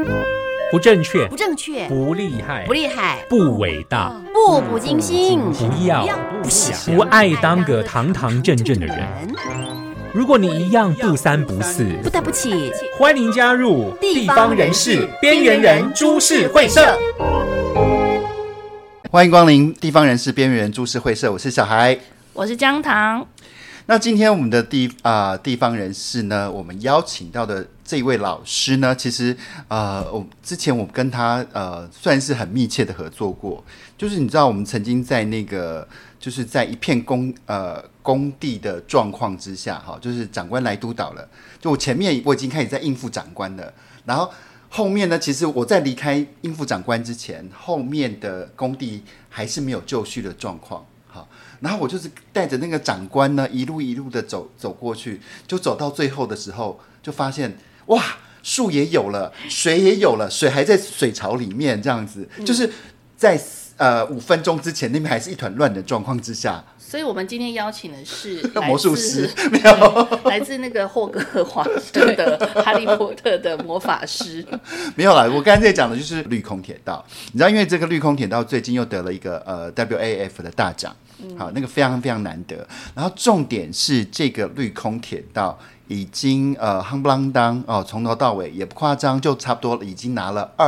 不正确， 不正确， 不厉害， 不厉害， 不伟大， 步步惊心， 不要， 不想， 不爱当个堂堂正正的人。如果你一样不三不四， 不得不起， 欢迎加入地方人士边缘人株式会社。 欢迎光临地方人士边缘人株式会社，我是小孩， 我是姜糖。 那今天我们的地方人士呢，我们邀请到的这一位老师呢，其实之前我跟他算是很密切的合作过，就是你知道我们曾经在那个就是在一片工地的状况之下，就是长官来督导了，就我前面我已经开始在应付长官了，然后后面呢，其实我在离开应付长官之前，后面的工地还是没有就绪的状况。然后我就是带着那个长官呢，一路的走过去，就走到最后的时候，就发现哇，树也有了，水也有了，水还在水槽里面，这样子，就是在5分钟之前，那边还是一团乱的状况之下。 所以我们今天邀请的是魔术师，没有来自那个霍格华兹的哈利波特的魔法师， 没有啦。我刚才在讲的就是绿空铁道，你知道，因为这个绿空铁道最近又得了一个WAF 的大奖。好，那个非常非常难得。然后重点是这个绿空铁道已经夯不啷当从头到尾也不夸张，就差不多已经拿了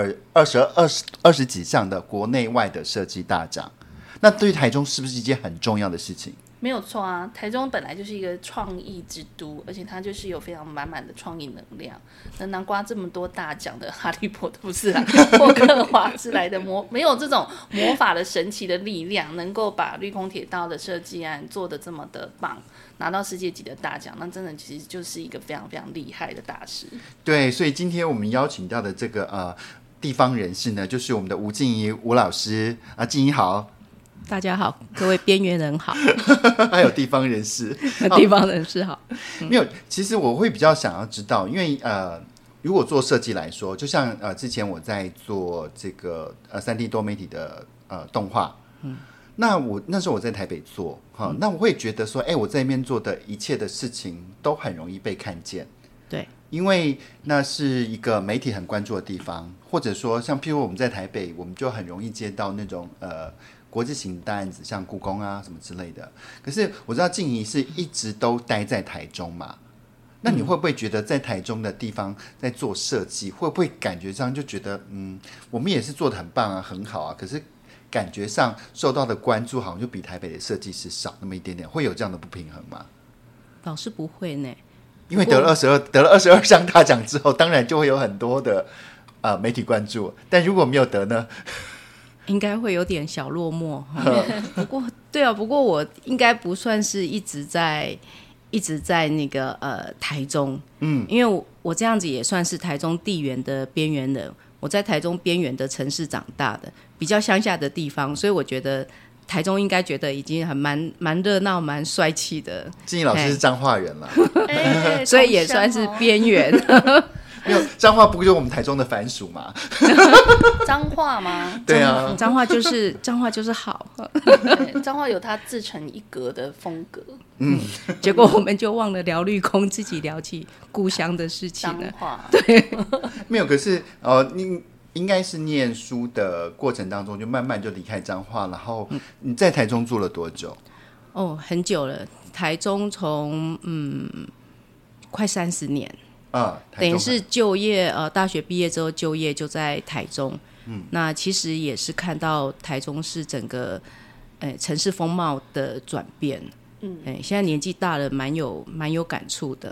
20几项的国内外的设计大奖。那对于台中是不是一件很重要的事情？ 没有错啊，台中本来就是一个创意之都，而且它就是有非常满满的创意能量。那南瓜这么多大奖的哈利波特不是啦，霍格华兹来的没有这种魔法的神奇的力量，能够把绿空铁道的设计案做得这么的棒，拿到世界级的大奖，那真的其实就是一个非常非常厉害的大师。对， 所以今天我们邀请到的这个地方人士呢，就是我们的吴静怡吴老师啊，静怡好。 大家好，各位边缘人好， 还有地方人士， 地方人士好。 没有，其实我会比较想要知道，因为如果做设计来说，就像之前我在做这个3D 多媒体的动画，那时候我在台北做，那我会觉得说，我在那边做的一切的事情都很容易被看见， 对， 因为那是一个媒体很关注的地方，或者说像譬如我们在台北，我们就很容易接到那种国际型的案子，像故宫啊什么之类的。可是我知道静怡是一直都待在台中嘛，那你会不会觉得在台中的地方在做设计，会不会感觉上就觉得我们也是做得很棒啊，很好啊，可是感觉上受到的关注好像就比台北的设计师少那么一点点，会有这样的不平衡吗？ 老师不会呢， 因为得了22项大奖之后，当然就会有很多的媒体关注，但如果没有得呢？ 应该会有点小落寞。不过我应该不算是一直在那个台中，因为我这样子也算是台中地缘的边缘人，我在台中边缘的城市长大的，比较乡下的地方，所以我觉得台中应该觉得已经很蛮热闹、蛮帅气的。 静怡老师是彰化人了， 所以也算是边缘。 没有，彰化不就是我们台中的番薯吗？ 彰化吗？ 对啊， 彰化就是好， 彰化有它自成一格的风格。 结果我们就忘了聊绿空，自己聊起故乡的事情了。 彰化对， 没有。可是你应该是念书的过程当中就慢慢就离开彰化，然后你在台中住了多久？ 很久了，台中从快30年。等于是就业，大学毕业之后就业就在台中。那其实也是看到台中市整个城市风貌的转变。现在年纪大了，蛮有感触的。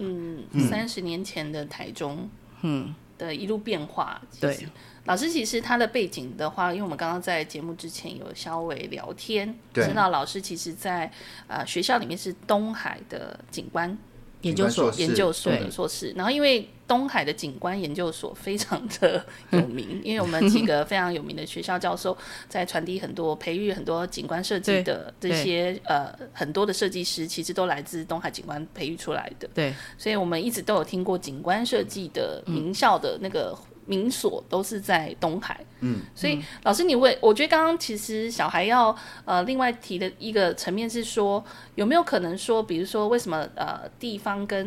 30年前的台中，的一路变化。 对， 老师其实他的背景的话，因为我们刚刚在节目之前有稍微聊天，知道老师其实在学校里面是东海的景观研究所的硕士，然后因为东海的景观研究所非常的有名，因为我们几个非常有名的学校教授在传递培育很多景观设计的这些很多的设计师，其实都来自东海景观培育出来的。 对， 所以我们一直都有听过景观设计的名校的那个民所都是在东海。所以老师我觉得刚刚其实小孩要另外提的一个层面是说，有没有可能说，比如说为什么地方跟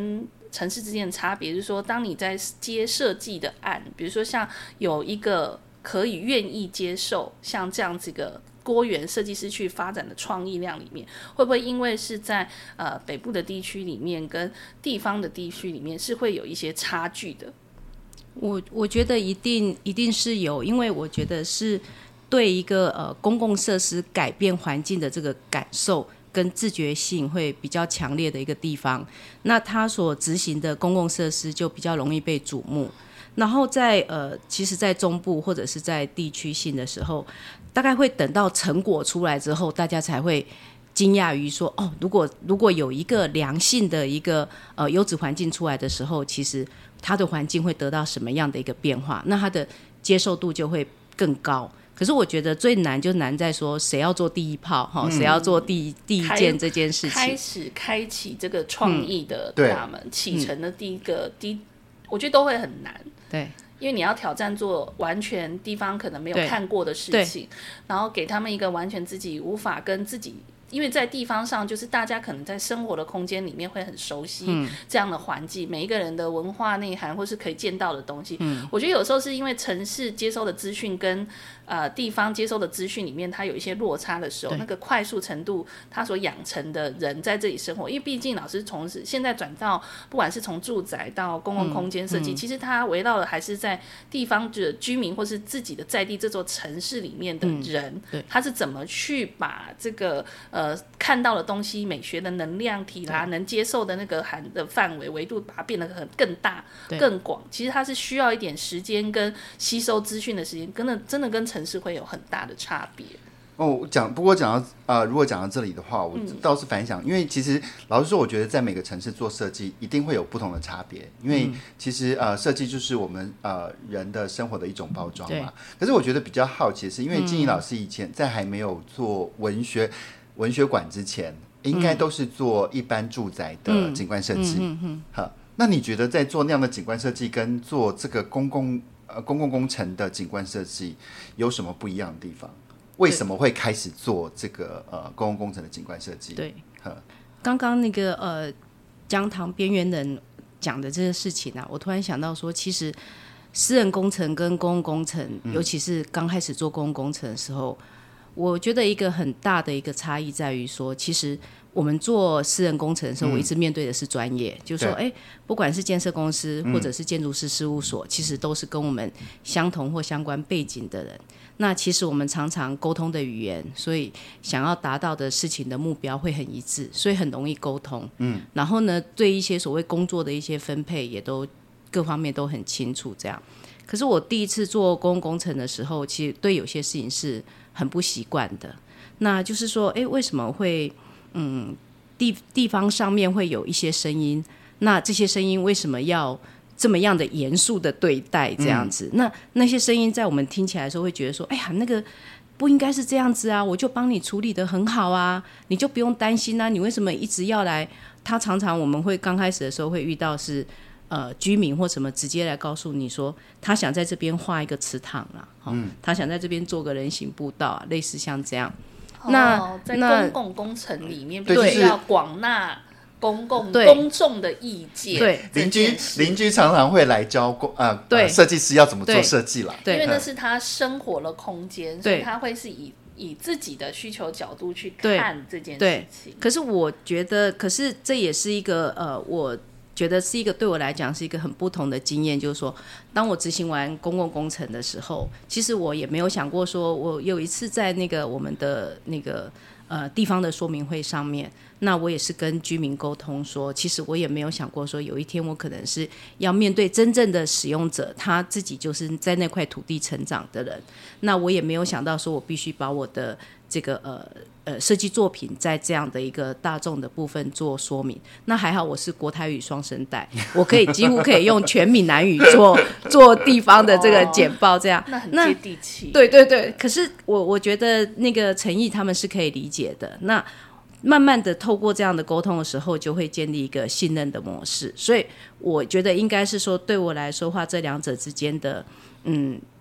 城市之间的差别，就是说当你在接设计的案，比如说像有一个可以愿意接受像这样子一个多元设计师去发展的创意量里面，会不会因为是在北部的地区里面跟地方的地区里面是会有一些差距的？ 我觉得一定是有，因为我觉得是对一个公共设施改变环境的这个感受跟自觉性会比较强烈的一个地方，那它所执行的公共设施就比较容易被瞩目。然后其实在中部或者是在地区性的时候，大概会等到成果出来之后，大家才会惊讶于说，哦，如果有一个良性的一个优质环境出来的时候，其实它的环境会得到什么样的一个变化，那它的接受度就会更高。可是我觉得最难就难在说谁要做第一炮，谁要做第一件这件事情， 开始开启这个创意的大门，启程的第一个我觉得都会很难。 对， 因为你要挑战做完全地方可能没有看过的事情，然后给他们一个完全自己无法跟自己，因为在地方上就是大家可能在生活的空间里面会很熟悉这样的环境，每一个人的文化内涵或是可以见到的东西，我觉得有时候是因为城市接收的资讯跟地方接收的资讯里面它有一些落差的时候，那个快速程度他所养成的人在这里生活，因为毕竟老师从现在转到不管是从住宅到公共空间设计，其实他围绕的还是在地方的居民或是自己的在地这座城市里面的人，他是怎么去把这个看到的东西美学的能量体啦，能接受的那个含的范围维度把它变得更大更广，其实它是需要一点时间跟吸收资讯的时间，真的跟城市会有很大的差别。 不过讲到如果讲到这里的话，我倒是反想，因为其实老实说，我觉得在每个城市做设计一定会有不同的差别，因为其实设计就是我们人的生活的一种包装嘛。可是我觉得比较好奇的是，因为静怡老师以前在还没有做文学馆之前，应该都是做一般住宅的景观设计。那你觉得在做那样的景观设计跟做这个公共工程的景观设计有什么不一样的地方？为什么会开始做这个公共工程的景观设计？ 对，刚刚那个江塘边缘人讲的这个事情啊，我突然想到说，其实私人工程跟公共工程，尤其是刚开始做公共工程的时候，我觉得一个很大的一个差异在于说，其实我们做私人工程的时候，我一直面对的是专业，就是说，不管是建设公司或者是建筑师事务所，其实都是跟我们相同或相关背景的人。那其实我们常常沟通的语言，所以想要达到的事情的目标会很一致，所以很容易沟通。然后呢，对一些所谓工作的一些分配，也都各方面都很清楚。这样，可是我第一次做公共工程的时候，其实对有些事情是很不习惯的。那就是说，为什么会地方上面会有一些声音？那这些声音为什么要这么样的严肃的对待这样子？那些声音在我们听起来的时候会觉得说，哎呀，那个不应该是这样子啊，我就帮你处理得很好啊，你就不用担心啊，你为什么一直要来？他常常我们会刚开始的时候会遇到是居民或什么直接来告诉你说，他想在这边画一个祠堂啊，他想在这边做个人行步道啊，类似像这样。 在公共工程里面必须要广纳公众的意见。 对，邻居常常会来教设计师要怎么做设计啦。 因为那是他生活的空间，所以他会是以自己的需求角度去看这件事情。 可是我觉得，这也是一个我觉得是一个对我来讲是一个很不同的经验，就是说当我执行完公共工程的时候，其实我也没有想过说，我有一次在那个我们的那个地方的说明会上面，那我也是跟居民沟通说，其实我也没有想过说有一天我可能是要面对真正的使用者，他自己就是在那块土地成长的人，那我也没有想到说我必须把我的这个设计作品在这样的一个大众的部分做说明。那还好我是国台语双声带，我几乎可以用全闽南语做地方的这个简报，这样那很接地气。 对对对，可是我觉得那个诚意他们是可以理解的。那慢慢的透过这样的沟通的时候，就会建立一个信任的模式。所以我觉得应该是说，对我来说话，这两者之间的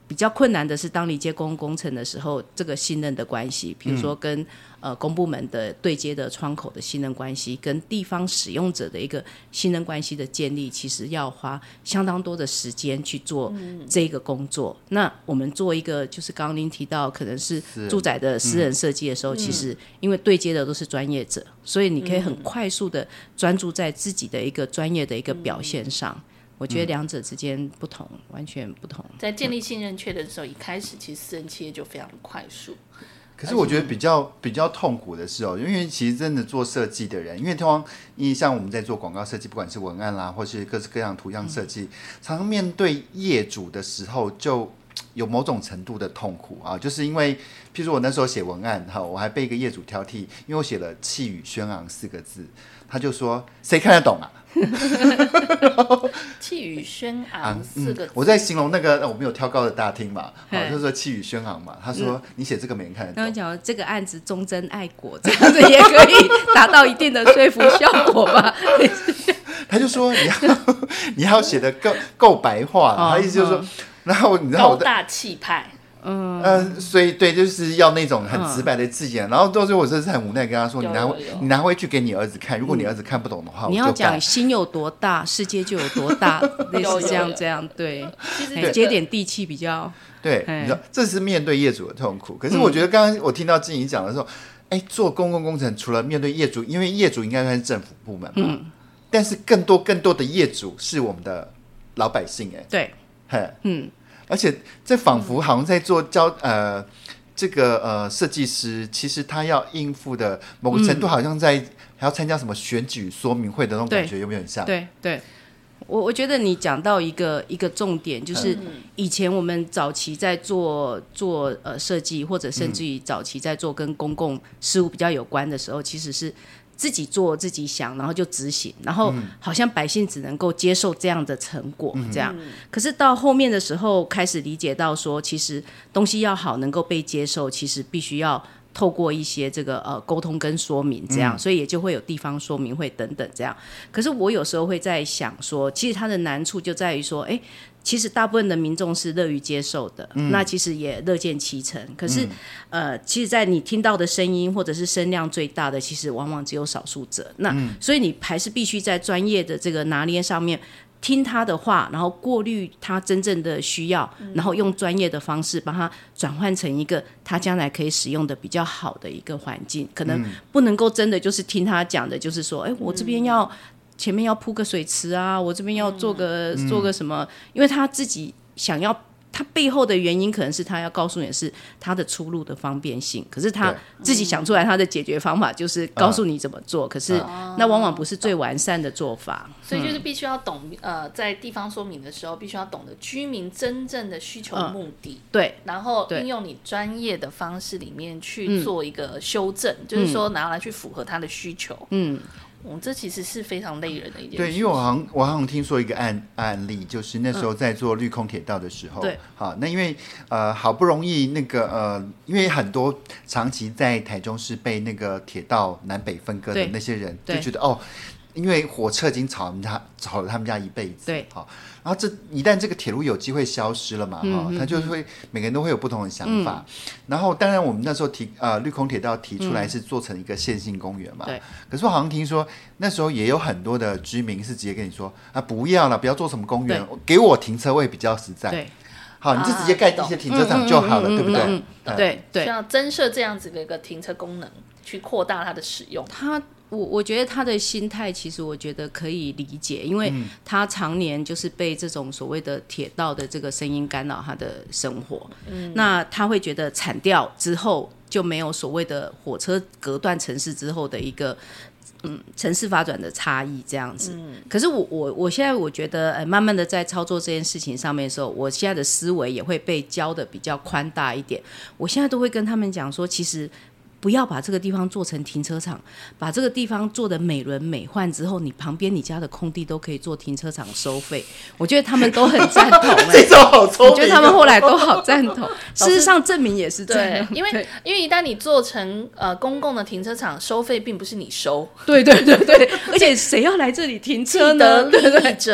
比较困难的是，当你接公共工程的时候，这个信任的关系，比如说跟公部门的对接的窗口的信任关系，跟地方使用者的一个信任关系的建立，其实要花相当多的时间去做这个工作。那我们做一个，就是刚刚您提到可能是住宅的私人设计的时候，其实因为对接的都是专业者，所以你可以很快速的专注在自己的一个专业的一个表现上。我觉得两者之间不同，完全不同。 在建立信任圈的时候，一开始其实私人企业就非常的快速。 可是我觉得比较痛苦的是因为其实真的做设计的人，因为通常像我们在做广告设计，不管是文案啦，或是各式各样图样设计，常常面对业主的时候，就有某种程度的痛苦啊，就是因为譬如我那时候写文案我还被一个业主挑剔，因为我写了气宇轩昂4个字，他就说谁看得懂啊？ 气宇轩昂4个字， 我在形容那个我们有挑高的大厅嘛，就是说气宇轩昂嘛。他说你写这个没人看得懂。 然后讲这个案子忠贞爱国，这样子也可以达到一定的说服效果吧？ 他就说你要写的够白话，他意思就是说，然后你知道高大气派。 所以对，就是要那种很直白的字眼，然后到最后我真是很无奈跟他说，你拿回去给你儿子看，如果你儿子看不懂的话， 你要讲心有多大，世界就有多大，类似这样，对，接点地气比较。 对，你知道这是面对业主的痛苦。可是我觉得刚刚我听到静怡讲的时候，做公共工程除了面对业主，因为业主应该算是政府部门嘛，但是更多的业主是我们的老百姓， 对， 而且这仿佛好像在做这个设计师，其实他要应付的某个程度，好像还要参加什么选举说明会的那种感觉，有没有很像？ 对，我觉得你讲到一个重点，就是以前我们早期在做设计，或者甚至于早期在做跟公共事务比较有关的时候，其实是自己做自己想，然后就执行，然后好像百姓只能够接受这样的成果，这样。可是到后面的时候，开始理解到说，其实东西要好能够被接受，其实必须要透过一些这个沟通跟说明，这样，所以也就会有地方说明会等等这样。可是我有时候会在想说，其实它的难处就在于说，其实大部分的民众是乐于接受的，那其实也乐见其成。可是，其实，在你听到的声音或者是声量最大的，其实往往只有少数者。那所以你还是必须在专业的这个拿捏上面，听他的话，然后过滤他真正的需要，然后用专业的方式把它转换成一个他将来可以使用的比较好的一个环境。可能不能够真的就是听他讲的，就是说，我这边要。前面要铺个水池啊，我这边要做个什么，因为他自己想要，他背后的原因可能是他要告诉你是他的出路的方便性，可是他自己想出来他的解决方法就是告诉你怎么做，可是那往往不是最完善的做法。 所以就是必须要懂在地方说明的时候，必须要懂得居民真正的需求目的， 对， 然后运用你专业的方式里面去做一个修正，就是说拿来去符合他的需求。这其实是非常累人的一件事。 对，因为我好像听说一个案例，就是那时候在做绿空铁道的时候，好，那因为好不容易那个因为很多长期在台中市被那个铁道南北分割的那些人，就觉得因为火车已经吵了他们家一辈子， 对， 好，然后一旦这个铁路有机会消失了嘛，他就会每个人都会有不同的想法。然后当然我们那时候绿空铁道提出来是做成一个线性公园嘛，可是我好像听说那时候也有很多的居民是直接跟你说不要了，不要做什么公园，给我停车位比较实在。对，好，你就直接盖一些停车场就好了，对不对？ 对，需要增设这样子的一个停车功能，去扩大它的使用。 我觉得他的心态其实我觉得可以理解，因为他常年就是被这种所谓的铁道的这个声音干扰他的生活，那他会觉得铲掉之后就没有所谓的火车隔断城市之后的一个城市发展的差异这样子。可是我现在我觉得慢慢的在操作这件事情上面的时候，我现在的思维也会被教的比较宽大一点。我现在都会跟他们讲说，其实不要把这个地方做成停车场，把这个地方做的美轮美奂之后，你旁边你家的空地都可以做停车场收费。我觉得他们都很赞同这种好聪明， 我觉得他们后来都好赞同。事实上证明也是这样， 因为一旦你做成公共的停车场，收费并不是你收， 对，而且谁要来这里停车呢？ 既得利益者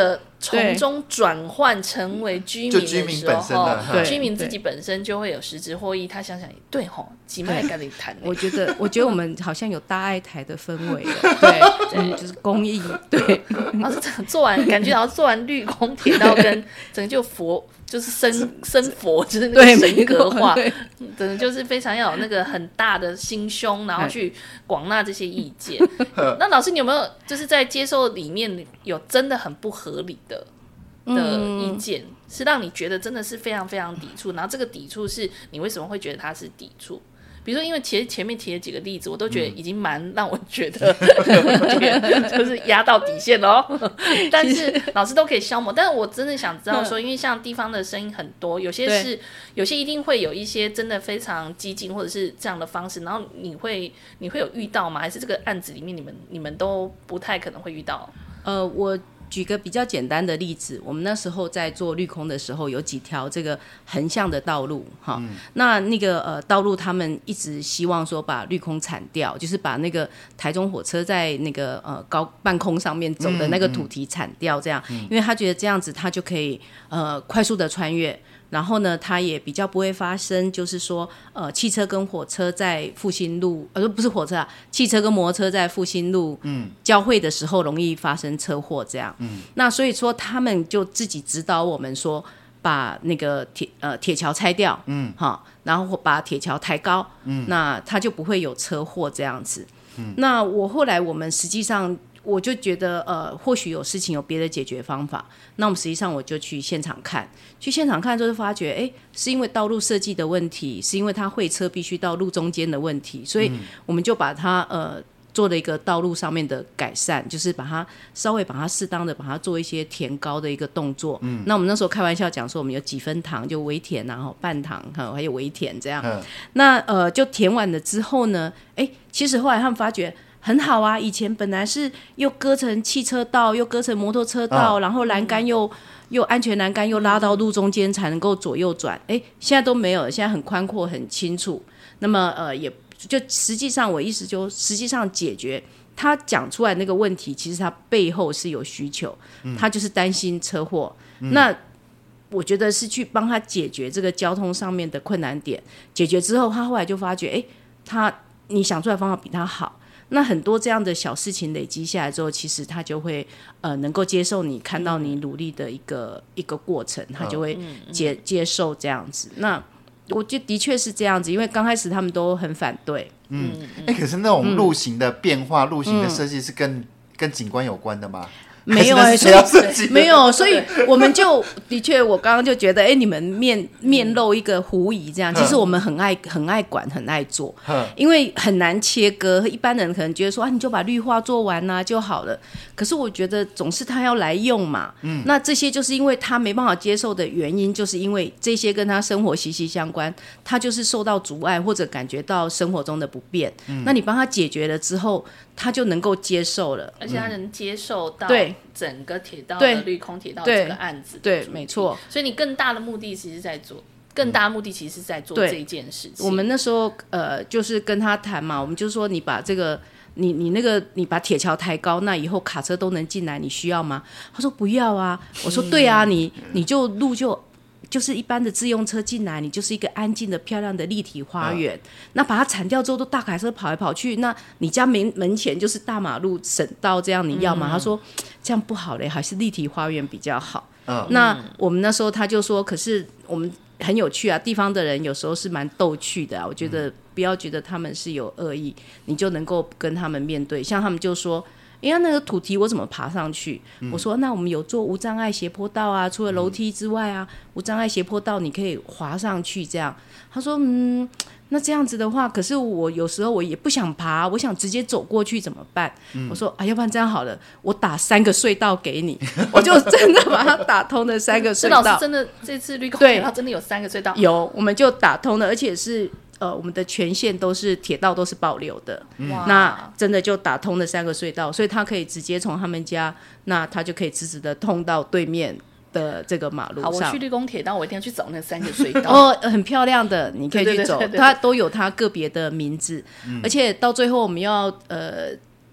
从中转换成为居民的时候，居民自己本身就会有实质获益。他想想，对吼，几麦跟你谈。 我觉得我们好像有大爱台的氛围了，对，就是公益，对。 然后做完，感觉然后做完绿空铁道跟整个就佛。就是生佛，就是那个神格化，真的就是非常要有那个很大的心胸，然后去广纳这些意见。那老师，你有没有就是在接受里面有真的很不合理的意见，是让你觉得真的是非常非常抵触？然后这个抵触是你为什么会觉得它是抵触？比如说，因为其实前面提了几个例子，我都觉得已经蛮让我觉得就是压到底线了但是老师都可以消磨。但是我真的想知道说，因为像地方的声音很多，有些一定会有一些真的非常激进或者是这样的方式，然后你会有遇到吗？还是这个案子里面你们都不太可能会遇到？ 我举个比较简单的例子，我们那时候在做绿空的时候，有几条这个横向的道路哈，那个道路他们一直希望说把绿空铲掉，就是把那个台中火车在那个高半空上面走的那个土堤铲掉，这样，因为他觉得这样子他就可以快速的穿越。然后呢，它也比较不会发生，就是说，汽车跟火车在复兴路，不是火车啊，汽车跟摩托车在复兴路交汇的时候容易发生车祸这样。那所以说他们就自己指导我们说，把那个铁桥拆掉，然后把铁桥抬高，那它就不会有车祸这样子。那后来我们实际上。我就觉得或许有事情有别的解决方法，那我们实际上我就去现场看就是发觉是因为道路设计的问题，是因为它会车必须到路中间的问题，所以我们就把它做了一个道路上面的改善，就是稍微把它适当的把它做一些填高的一个动作。那我们那时候开玩笑讲说我们有几分塘，就微填然后半塘还有微填这样。那就填完了之后呢，其实后来他们发觉很好啊，以前本来是又割成汽车道，又割成摩托车道，然后栏杆又安全栏杆又拉到路中间才能够左右转，现在都没有了，现在很宽阔很清楚。那么也就实际上我意思就实际上解决他讲出来那个问题，其实他背后是有需求，他就是担心车祸。那我觉得是去帮他解决这个交通上面的困难点，解决之后他后来就发觉你想出来的方法比他好。那很多这样的小事情累积下来之后，其实他就会能够接受你看到你努力的一个过程，他就会接受这样子。那我觉得的确是这样子，因为刚开始他们都很反对。 可是那种路型的变化、路型的设计是跟景观有关的吗？ 没有没有，所以我们就的确，我刚刚就觉得，你们面露一个狐疑这样，其实我们很爱管，很爱做，因为很难切割。一般人可能觉得说你就把绿化做完就好了，可是我觉得总是他要来用嘛，那这些就是因为他没办法接受的原因，就是因为这些跟他生活息息相关，他就是受到阻碍或者感觉到生活中的不便，那你帮他解决了之后，他就能够接受了， 而且他能接受到整个铁道的绿空铁道这个案子， 对，没错。 所以你更大的目的其实是在做这一件事情。 我们那时候就是跟他谈嘛，我们就说你把这个你把铁桥抬高，那以后卡车都能进来，你需要吗？他说不要啊。我说对啊，你就路就是一般的自用车进来，你就是一个安静的漂亮的立体花园，那把它铲掉之后都大卡车跑来跑去，那你家门前就是大马路省道，这样你要吗？他说这样不好嘞，还是立体花园比较好。那我们那时候他就说，可是我们很有趣啊，地方的人有时候是蛮逗趣的我觉得不要觉得他们是有恶意，你就能够跟他们面对。像他们就说那个土堤我怎么爬上去？我说那我们有做无障碍斜坡道啊，除了楼梯之外无障碍斜坡道你可以滑上去这样。他说那这样子的话，可是我有时候我也不想爬，我想直接走过去怎么办？我说要不然这样好了，我打3个隧道给你我就真的把它打通了3个隧道。 老师真的这次绿空铁道真的有3个隧道？ 有，我们就打通了，而且是我们的全线都是铁道都是保留的，那真的就打通了3个隧道，所以他可以直接从他们家，那他就可以直直的通到对面的这个马路上。 好，我去绿空铁道，我一定要去找那3个隧道很漂亮的，你可以去走，它都有它个别的名字，而且到最后我们要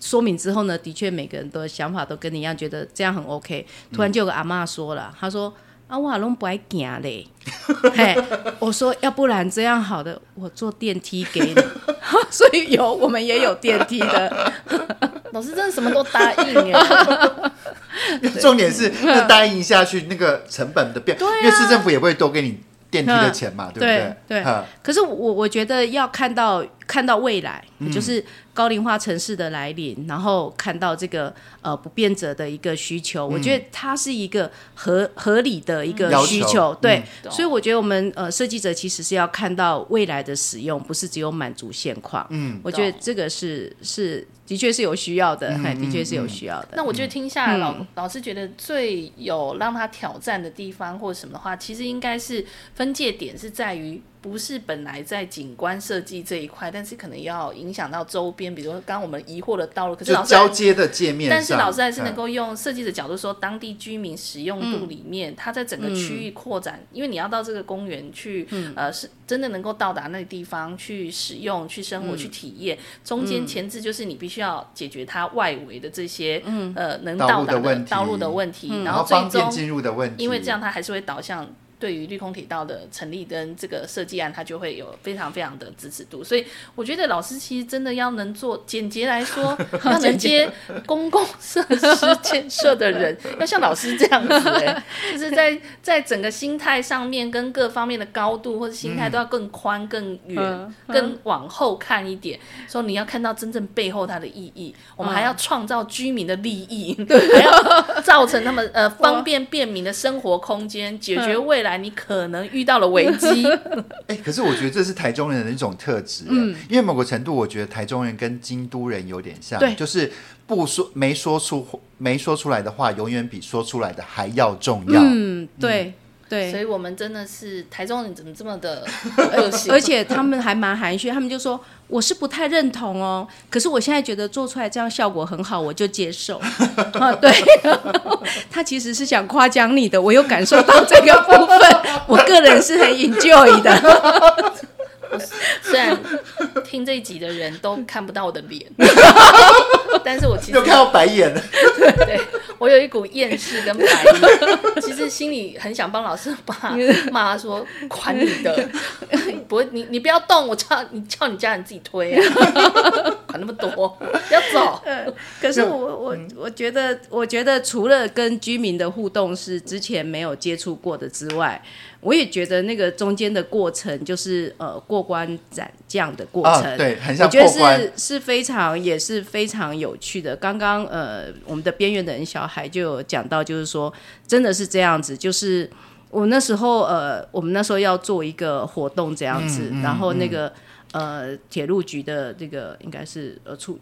说明之后呢，的确每个人的想法都跟你一样，觉得这样很 OK。突然就有个阿嬷说了，她说啊，我都不爱走嘞。嘿，我说要不然这样好的，我坐电梯给你。所以我们也有电梯的。 老师真的什么都答应耶。 重点是那答应下去，那个成本的变，因为市政府也不会多给你电梯的钱嘛，对不对？ 对。可是我觉得要看到未来，就是高龄化城市的来临，然后看到这个不便者的一个需求，我觉得它是一个合理的一个需求，对。所以我觉得我们设计者其实是要看到未来的使用，不是只有满足现况。我觉得这个是的确是有需要的，的确是有需要的。 那我觉得听下来，老师觉得最有让他挑战的地方或什么的话，其实应该是分界点是在于，不是本来在景观设计这一块，但是可能要影响到周边，比如说刚刚我们疑惑的道路，可是老师就交接的界面上， 但是老师还是能够用设计的角度说，当地居民使用度里面，它在整个区域扩展，因为你要到这个公园去，是真的能够到达那个地方去使用、去生活、去体验，中间前置就是你必须要解决它外围的这些能到达的道路的问题，然后最终方便进入的问题， 因为这样它还是会导向。对于绿空铁道的成立跟这个设计案，它就会有非常非常的支持度，所以我觉得老师其实真的要能做，简洁来说，要能接公共设施建设的人，要像老师这样子，就是在整个心态上面跟各方面的高度或者心态都要更宽、更远、更往后看一点。说你要看到真正背后它的意义，我们还要创造居民的利益，还要造成他们方便便民的生活空间，解决未来。你可能遇到了危机。 可是我觉得这是台中人的一种特质，因为某个程度我觉得台中人跟京都人有点像，就是没说出来的话永远比说出来的还要重要。 对。对， 所以我们真的是台中人怎么这么的恶性， 而且他们还蛮含蓄，他们就说我是不太认同哦，可是我现在觉得做出来这样效果很好，我就接受。对，他其实是想夸奖你的，我有感受到这个部分，我个人是很 enjoy 的。 虽然听这一集的人都看不到我的脸，但是我其实有看到白眼了。 对，我有一股厌世跟白眼，其实心里很想帮老师骂他说：“管你的，不会，你不要动，我叫你家人自己推啊，管那么多，不要走。” 可是我觉得除了跟居民的互动是之前没有接触过的之外，我也觉得那个中间的过程就是过关斩将的过程， 对，很像过关， 我觉得也是非常有趣的。刚刚我们的边缘的人小孩就有讲到，就是说真的是这样子，就是我们那时候要做一个活动这样子，然后那个铁路局的这个应该是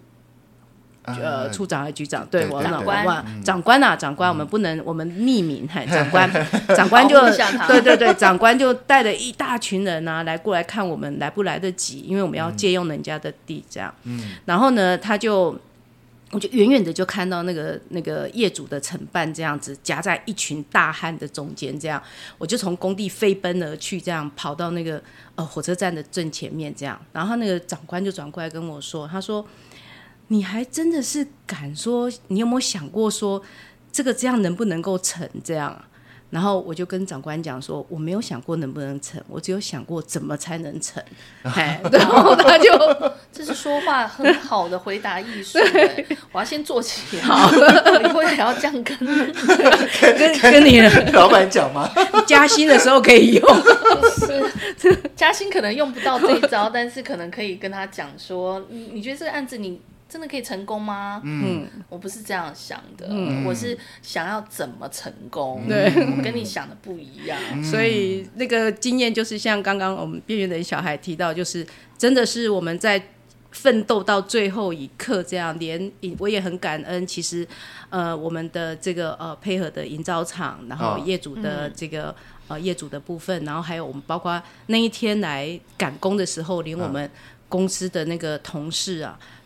处长还是局长？对，长官，我们不能，我们匿名，长官就对，长官就带了一大群人啊过来看我们来不来得及，因为我们要借用人家的地这样。然后呢，我就远远的就看到那个业主的承办这样子夹在一群大汉的中间，这样我就从工地飞奔而去，这样跑到那个火车站的正前面这样，然后那个长官就转过来跟我说，他说：“你还真的是敢说，你有没有想过说这样能不能够成这样啊？”然后我就跟长官讲说，我没有想过能不能成，我只有想过怎么才能成。然后他就这是说话很好的回答艺术。我要先做起来，以后还要这样跟你老板讲吗？ 加薪的时候可以用。 是加薪可能用不到这一招，但是可能可以跟他讲说，你觉得这个案子你真的可以成功吗？我不是这样想的，我是想要怎么成功。我跟你想的不一样。 所以那个经验就是像刚刚我们边缘的小孩提到，就是真的是我们在奋斗到最后一刻这样，我也很感恩，其实我们的这个配合的营造厂，然后业主的这个业主的部分，然后还有我们包括那一天来赶工的时候，连我们公司的那个同事啊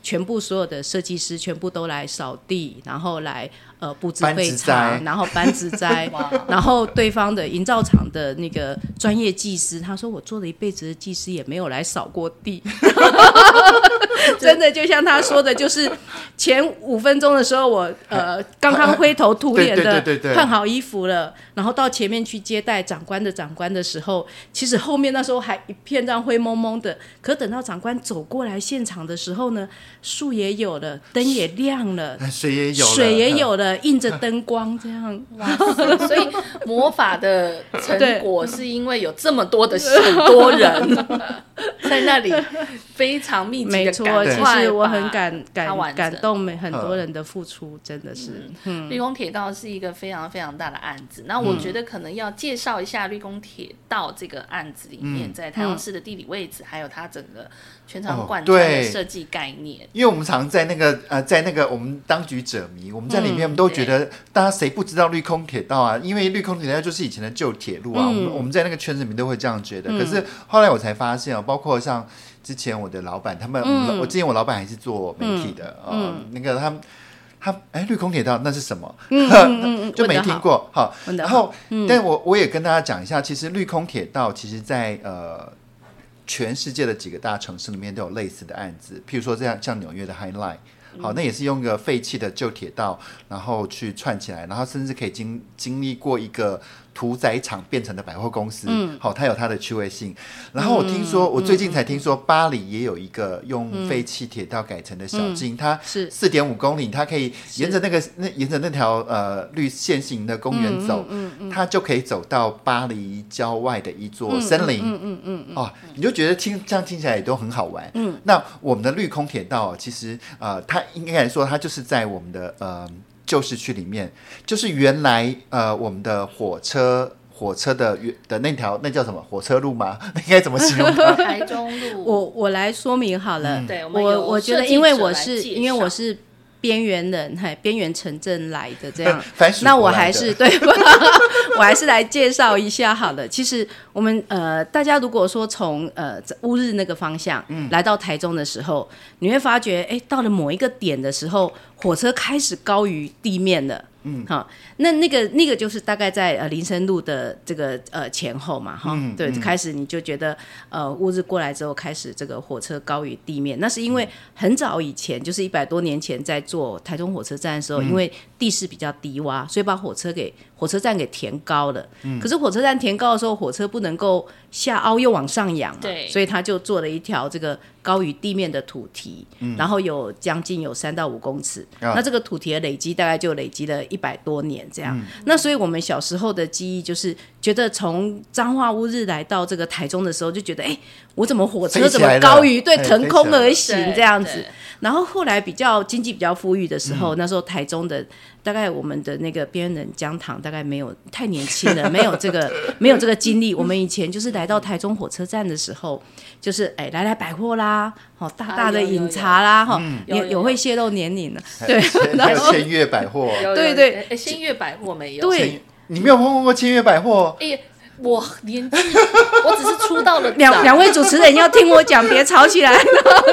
全部所有的设计师全部都来扫地，然后来布置会场，然后搬植栽然后对方的营造厂的那个专业技师，他说我做了一辈子的技师也没有来扫过地真的就像他说的，就是前5分钟的时候我刚刚灰头土脸的换好衣服了，然后到前面去接待长官的时候，其实后面那时候还一片这样灰蒙蒙的，可等到长官走过来现场的时候呢，树也有了，灯也亮了，水也有了，映着灯光这样。 哇塞，所以魔法的成果是因为有这么多的很多人在那里非常密集的赶快， 其实我很感动很多人的付出，真的是。 绿宫铁道是一个非常非常大的案子，那我觉得可能要介绍一下绿宫铁道这个案子里面在台中市的地理位置，还有它整个全长贯穿的设计概念。 因为我们常在那个我们当局者迷，我们在里面都觉得大家谁不知道绿宫铁道啊？因为绿宫铁道就是以前的旧铁路啊，我们在那个圈子里面都会这样觉得。可是后来我才发现包括像之前我的老板他们，我之前我老板还是做媒体的，那个他绿宫铁道那是什么？就没听过。好，然后但我也跟大家讲一下，其实绿宫铁道其实在全世界的几个大城市里面都有类似的案子，譬如说这样像纽约的 High Line， 好，那也是用一个废弃的旧铁道，然后去串起来，然后甚至可以经历过一个屠宰场变成的百货公司，好，它有它的趣味性。然后我听说，我最近才听说，巴黎也有一个用废弃铁道改成的小径，它是4.5公里，它可以沿着那条绿线型的公园走，它就可以走到巴黎郊外的一座森林，你就觉得这样听起来也都很好玩。那我们的绿宫铁道其实它应该来说，它就是在我们的旧市区里面，就是原来我们的火车的那条，那叫什么火车路吗？应该怎么形容它？ 台中路。 我来说明好了。 对， 我觉得因为我是边缘人，边缘城镇来的这样那我还是对我还是来介绍一下好了。其实我们大家如果说从乌日那个方向来到台中的时候，你会发觉到了某一个点的时候，火车开始高于地面了。好，那个就是大概在林森路的这个前后嘛，对，开始你就觉得乌日过来之后，开始这个火车高于地面，那是因为很早以前，就是100多年前在做台中火车站的时候，因为地势比较低洼，所以把火车站给填高了。可是火车站填高的时候，火车不能够下凹又往上仰嘛，所以他就做了一条这个高于地面的土堤，然后将近有3到5公尺。那这个土堤的累积大概就累积了100多年这样。那所以我们小时候的记忆就是觉得从彰化乌日来到这个台中的时候，就觉得我怎么火车怎么高于腾空而行这样子。然后后来经济比较富裕的时候，那时候台中的大概我们的那个边缘人江堂大概没有，太年轻了，没有这个经历。我们以前就是来到台中火车站的时候，就是来百货啦，大的饮茶啦，有会泄露年龄了，对， 还有千悦百货， 对， 千悦百货没有， 对， 你没有碰过千悦百货？ 我年纪，我只是出道了两位主持人要听我讲，别吵起来。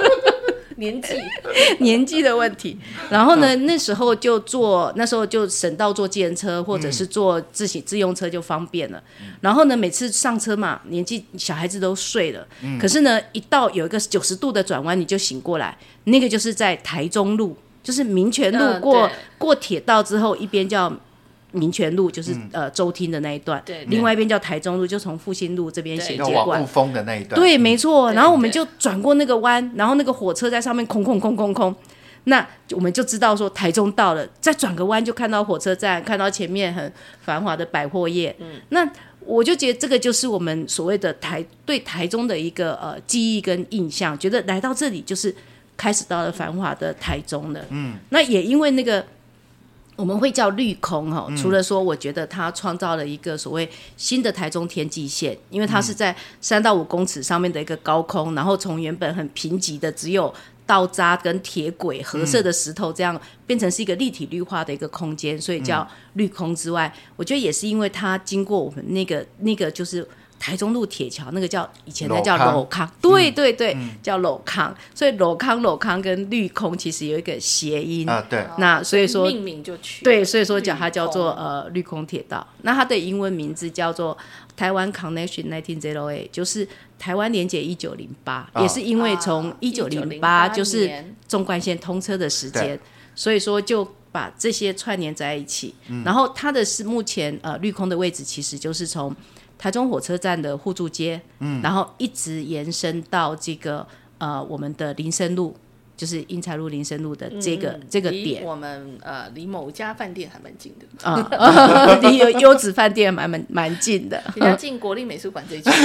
年纪的问题。然后呢，那时候就省到坐计程车或者是坐自用车就方便了。然后呢，每次上车嘛，年纪小孩子都睡了，可是呢，一到有一个90度的转弯，你就醒过来，那个就是在台中路，就是民权路过铁道之后，一边叫民权路，就是州厅的那一段，另外一边叫台中路，就从复兴路这边衔接过来， 往雾峰的那一段， 对，没错。然后我们就转过那个弯，然后那个火车在上面空，那我们就知道说台中到了，再转个弯就看到火车站，看到前面很繁华的百货业。那我就觉得这个就是我们所谓的对台中的一个记忆跟印象，觉得来到这里就是开始到了繁华的台中了。那也因为那个我们会叫绿空除了说我觉得它创造了一个所谓新的台中天际线，因为它是在3到5公尺上面的一个高空，然后从原本很贫瘠的只有道渣跟铁轨褐色的石头，这样变成是一个立体绿化的一个空间，所以叫绿空之外，我觉得也是因为它经过我们那个就是台中路铁桥那个以前它叫镂康，对对对，叫镂康，所以镂康跟绿空其实有一个谐音啊，对， 那所以说命名就取对，所以说它叫做绿空铁道。那它的英文名字叫做台湾 Connection 1908，就是台湾连结1908，也是因为从1908就是纵贯线通车的时间，所以说就把这些串联在一起。然后它的是目前绿空的位置其实就是从台中火车站的互助街，然后一直延伸到这个我们的林森路。就是英才路林森路的这个点， 离我们离某家饭店还蛮近的， 离优质饭店蛮近的， 比较近国立美术馆这一区，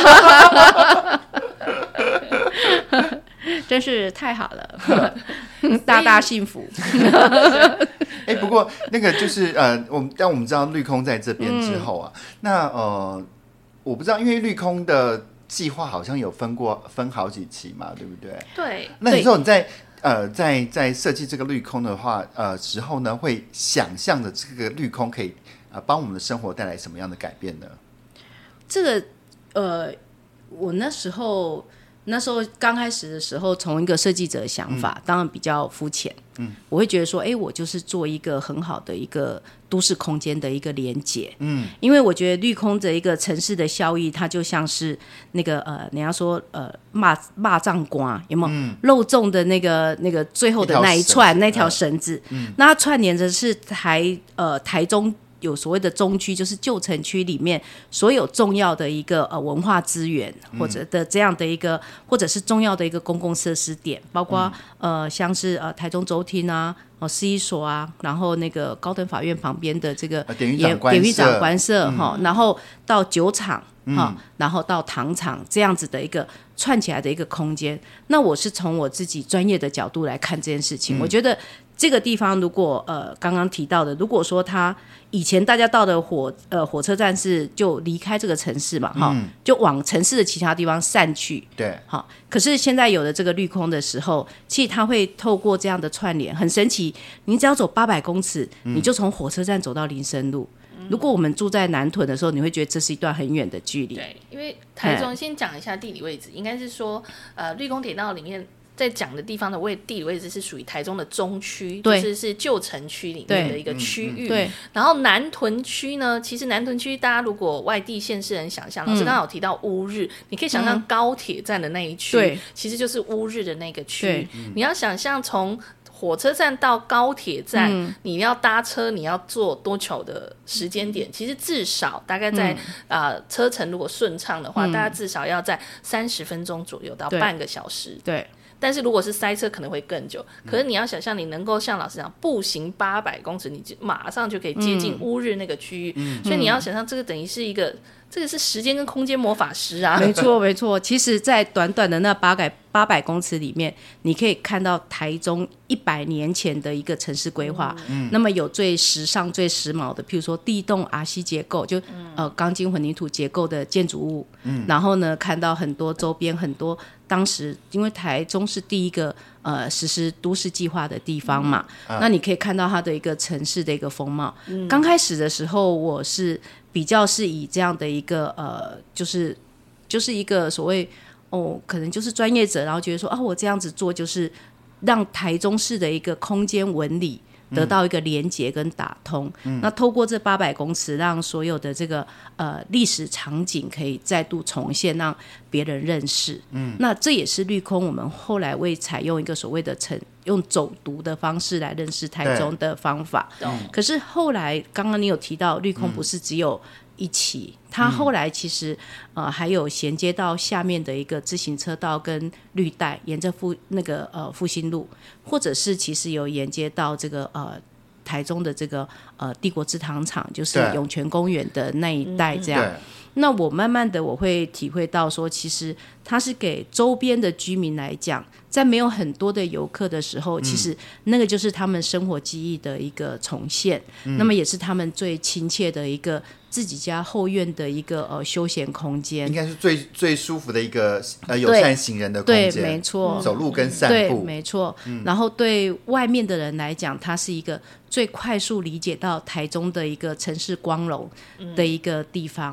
真是太好了，大幸福。 不过那个就是当我们知道绿空在这边之后啊，那我不知道，因为绿空的计划好像有分好几期嘛，对不对？ 对。 那你说你在设计这个绿空的话，时候呢，会想象的这个绿空可以帮我们的生活带来什么样的改变呢？ 这个我那时候刚开始的时候，从一个设计者的想法，当然比较肤浅。我会觉得说，我就是做一个很好的一个都市空间的一个连结。因为我觉得绿空的一个城市的效益，它就像是那个人家说蚂蚱瓜有没有肉粽的那个最后的那一串那条绳子，那它串联着是台中。有所谓的中区，就是旧城区里面所有重要的一个文化资源，或者的这样的一个，或者是重要的一个公共设施点，包括像是台中州厅啊、市役所啊，然后那个高等法院旁边的这个典狱长官舍然后到酒厂然后到糖厂这样子的一个串起来的一个空间。那我是从我自己专业的角度来看这件事情，我觉得这个地方如果刚刚提到的，如果说它以前大家到的火车站是就离开这个城市嘛，就往城市的其他地方散去， 对， 可是现在有了这个绿空的时候，其实它会透过这样的串联，很神奇。你只要走800公尺，你就从火车站走到林森路。如果我们住在南屯的时候，你会觉得这是一段很远的距离。 对，因为台中先讲一下地理位置，应该是说绿空铁道里面。在讲的地方的地理位置是属于台中的中区，就是旧城区里面的一个区域。对，然后南屯区呢，其实南屯区大家如果外地县市人想象，老师刚刚有提到乌日，你可以想象高铁站的那一区，其实就是乌日的那个区。你要想象从火车站到高铁站，你要搭车，你要坐多久的时间点？其实至少大概在车程如果顺畅的话，大概至少要在30分钟左右到半个小时。对。但是如果是塞车可能会更久，可是你要想象你能够像老师讲步行800公尺，你马上就可以接近乌日那个区域，所以你要想象这个等于是一个，这个是时间跟空间魔法师啊。 没错没错，其实在短短的那800公尺里面，你可以看到台中100年前的一个城市规划，那么有最时尚最时髦的，譬如说地洞 RC 结构，就钢筋混凝土结构的建筑物，然后呢看到很多周边很多当时因为台中是第一个实施都市计划的地方嘛，那你可以看到它的一个城市的一个风貌。刚开始的时候我是比较是以这样的一个就是一个所谓可能就是专业者，然后觉得说我这样子做就是让台中市的一个空间纹理得到一个连结跟打通，那透过这800公尺让所有的这个历史场景可以再度重现，让别人认识。那这也是绿空我们后来为采用一个所谓的用走读的方式来认识台中的方法。可是后来刚刚你有提到绿空不是只有一起，它后来其实还有衔接到下面的一个自行车道跟绿带，沿着复兴路，或者是其实有沿接到这个台中的这个帝国制糖厂，就是涌泉公园的那一带这样。那我慢慢的我会体会到说，其实它是给周边的居民来讲，在没有很多的游客的时候，其实那个就是他们生活记忆的一个重现，那么也是他们最亲切的一个自己家后院的一个休闲空间， 应该是最舒服的一个友善行人的空间。 对，没错， 走路跟散步， 对，没错。然后对外面的人来讲，它是一个最快速理解到台中的一个城市光荣的一个地方。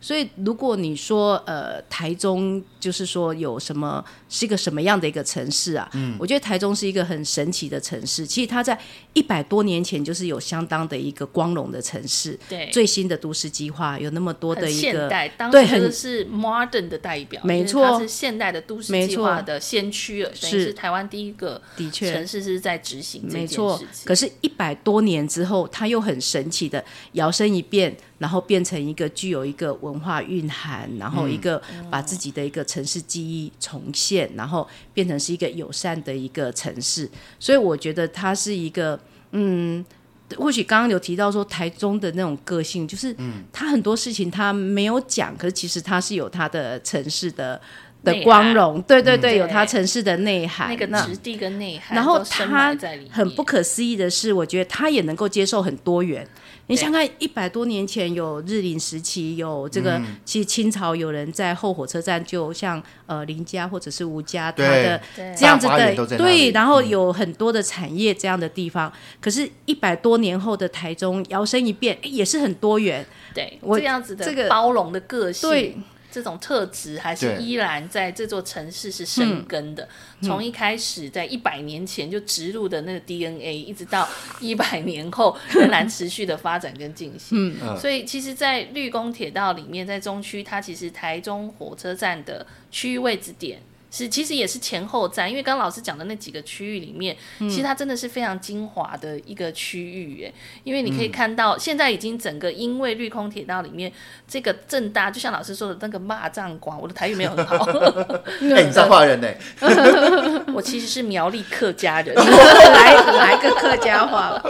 所以如果你说台中就是说有什么是一个什么样的一个城市啊，我觉得台中是一个很神奇的城市。其实它在100多年前就是有相当的一个光荣的城市， 对， 最新的都市计划有那么多的一个现代，当时这是 modern 的代表， 没错， 它是现代的都市计划的先驱了，等于是台湾第一个城市是在执行这件事情。没错， 可是100多年之后，它又很神奇的摇身一变，然后变成一个具有一个文化蕴含，然后一个把自己的一个城市记忆重现，然后变成是一个友善的一个城市。所以我觉得它是一个或许刚刚有提到说台中的那种个性，就是它很多事情它没有讲，可是其实它是有它的城市的光荣，对对对，有它城市的内涵， 那个质地跟内涵， 然后它很不可思议的是，我觉得它也能够接受很多元。你想看100多年前有日领时期，有这个其实清朝有人在后火车站，就像林家或者是吴家，他的这样子的对，然后有很多的产业这样的地方。可是100多年后的台中摇身一变，也是很多元， 对，这样子的包容的个性。 对， 这种特质还是依然在这座城市是生根的，从一开始在100年前就植入的那个 DNA， 一直到100年后仍然持续的发展跟进行。所以其实在绿公铁道里面，在中区，它其实台中火车站的区域位置点其实也是前后站，因为刚刚老师讲的那几个区域里面，其实它真的是非常精华的一个区域耶。因为你可以看到，现在已经整个因为绿空铁道里面这个正大，就像老师说的那个蚂蚱馆，我的台语没有很好。 你彰化人呢？ 我其实是苗栗客家人， 来个客家话吧。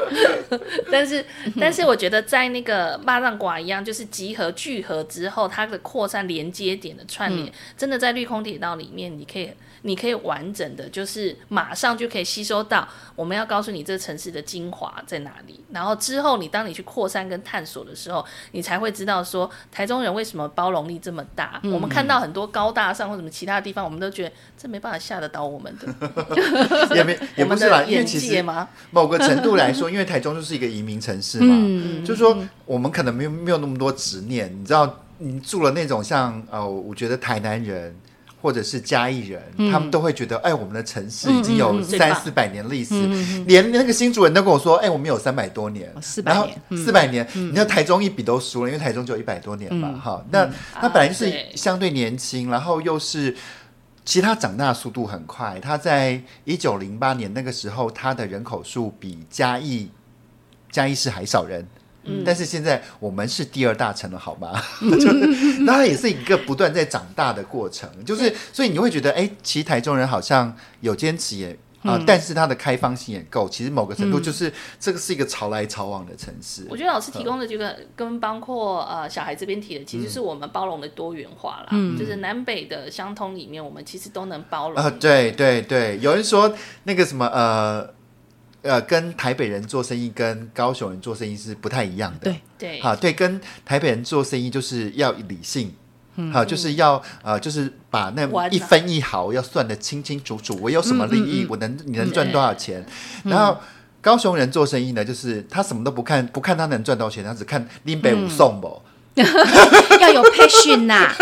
但是我觉得在那个蚂蚱馆一样，就是集合聚合之后，它的扩散连接点的串联，真的在绿空铁道里面你可以完整的，就是马上就可以吸收到我们要告诉你这个城市的精华在哪里，然后之后当你去扩散跟探索的时候，你才会知道说台中人为什么包容力这么大。我们看到很多高大上或什么其他地方，我们都觉得这没办法吓得倒我们的。 也不是啦，因为其实某个程度来说，因为台中就是一个移民城市嘛，就是说我们可能没有那么多执念，你知道，你住了那种像我觉得台南人或者是嘉义人，他们都会觉得，我们的城市已经有300-400年历史，连那个新竹人都跟我说，我们有300多年，400年，你看台中一比都输了，因为台中就有100多年嘛，哈，那本来就是相对年轻，然后又是，其实它长大的速度很快，它在1908年那个时候，它的人口数比嘉义市还少人。但是现在我们是第2大城了，好吗？那它也是一个不断在长大的过程，就是所以你会觉得，其实台中人好像有坚持也但是它的开放性也够。其实某个程度就是这个是一个潮来潮往的城市。 我觉得老师提供的这个跟包括小孩这边提的，其实是我们包容的多元化啦。就是南北的相通里面，我们其实都能包容。 对对对，有人说那个什么跟台北人做生意跟高雄人做生意是不太一样的。 对， 好，对，跟台北人做生意就是要理性，好，就是要就是把那一分一毫要算得清清楚楚，我有什么利益，你能赚多少钱，然后。高雄人做生意呢，就是他什么都不看他能赚多少钱，他只看林北武送不。 要有 passion 呐，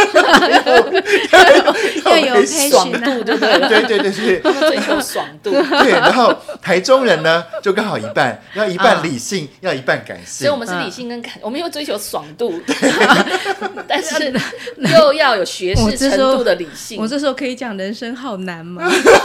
要有 passion 度，对不对？ 对， 他们追求爽度。 对，然后台中人呢，就刚好一半，要一半理性，要一半感性。 所以我们是理性跟感，我们又追求爽度，但是又要有学识程度的理性。 我这时候可以讲人生好难吗？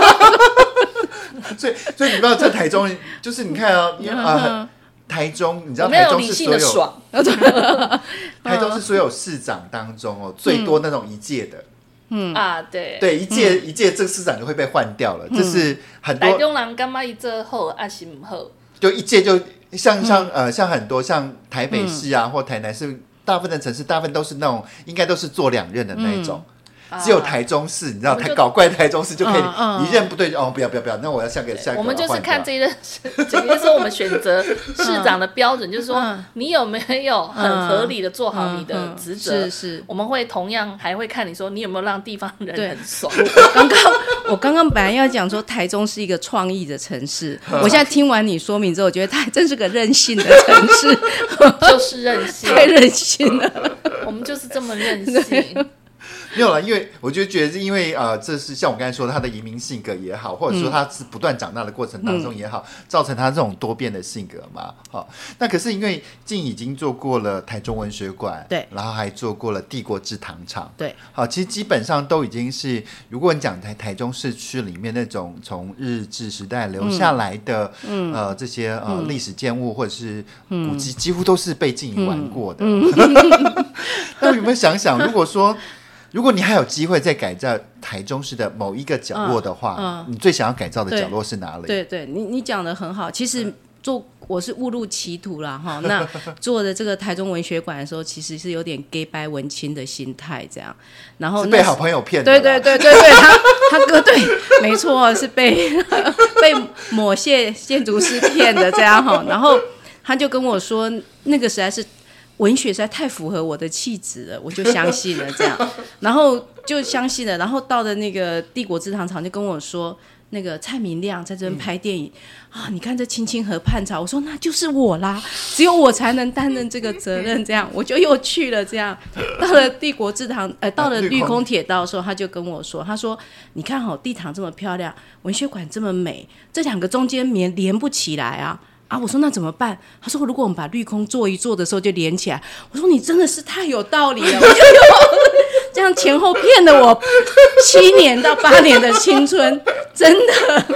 所以你知道在台中，就是你看台中，你知道台中是所有台中是所有市长当中最多那种一届的。 对， 一届这个市长就会被换掉了，这是很多。 台中人干嘛一这好，还是不好？ 就一届就像很多像台北市啊或台南市，大部分的城市大部分都是那种应该都是做2任的那一种。只有台中市，你知道，搞怪台中市就可以一任不对不要，那我要下个我们就是看这一任，这个是我们选择市长的标准，就是说你有没有很合理的做好你的职责。 是， 我们会同样还会看你说你有没有让地方人很爽。 我刚刚本来要讲说台中是一个创意的城市，我现在听完你说明之后，我觉得它真是个任性的城市， 就是任性， 太任性了。 我们就是这么任性。 没有啦，因为我就觉得是因为这是像我刚才说的他的移民性格也好，或者说他是不断长大的过程当中也好，造成他这种多变的性格嘛。好，那可是因为静已经做过了台中文学馆， 对， 然后还做过了帝国制糖厂， 对， 好，其实基本上都已经是，如果你讲台中市区里面那种从日治时代留下来的这些历史建物或者是古迹，几乎都是被静怡玩过的。那有没有想想，如果你还有机会再改造台中市的某一个角落的话，你最想要改造的角落是哪里？ 对对，你讲的很好。其实我是误入歧途啦哈。那做的这个台中文学馆的时候，其实是有点 gay 白文青的心态这样。然后是被好朋友骗的。 对，他哥对，没错，是被某些建筑师骗的这样哈。然后他就跟我说，那个实在是。文学实在太符合我的气质了，我就相信了这样，然后就相信了，然后到了那个帝国制糖厂就跟我说，那个蔡明亮在这边拍电影你看这青青河畔草，我说那就是我啦，只有我才能担任这个责任，这样我就又去了这样。到了帝国制糖到了绿空铁道的时候，他就跟我说，他说你看地糖这么漂亮，文学馆这么美，这两个中间连不起来啊，我说那怎么办？他说如果我们把绿空做一做的时候就连起来。我说你真的是太有道理了，我就这样前后骗了我7年到8年的青春，真的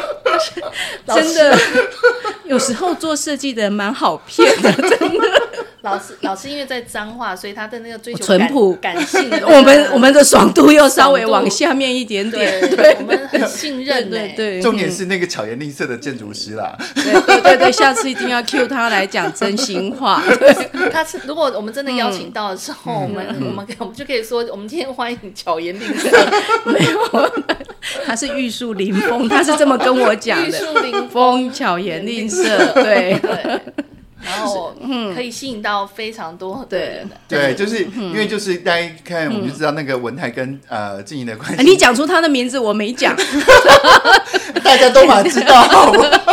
有时候做设计的人蛮好骗的，真的。 老师因为在彰化，所以他的那个追求淳朴感性的我们的爽度又稍微往下面一点点， 对，我们很信任对， 重点是那个巧言令色的建筑师啦。 对，下次一定要 cue 他来讲真心话。 他是如果我们真的邀请到的时候，我们就可以说，我们今天欢迎巧言令色。 没有，他是玉树临风，他是这么跟我讲的。 玉树临风，巧言令色，对。 然后可以吸引到非常多的人。 对，就是因为就是大家看我们就知道那个文台跟静怡的关系。 你讲出他的名字，我没讲， 大家都嘛知道。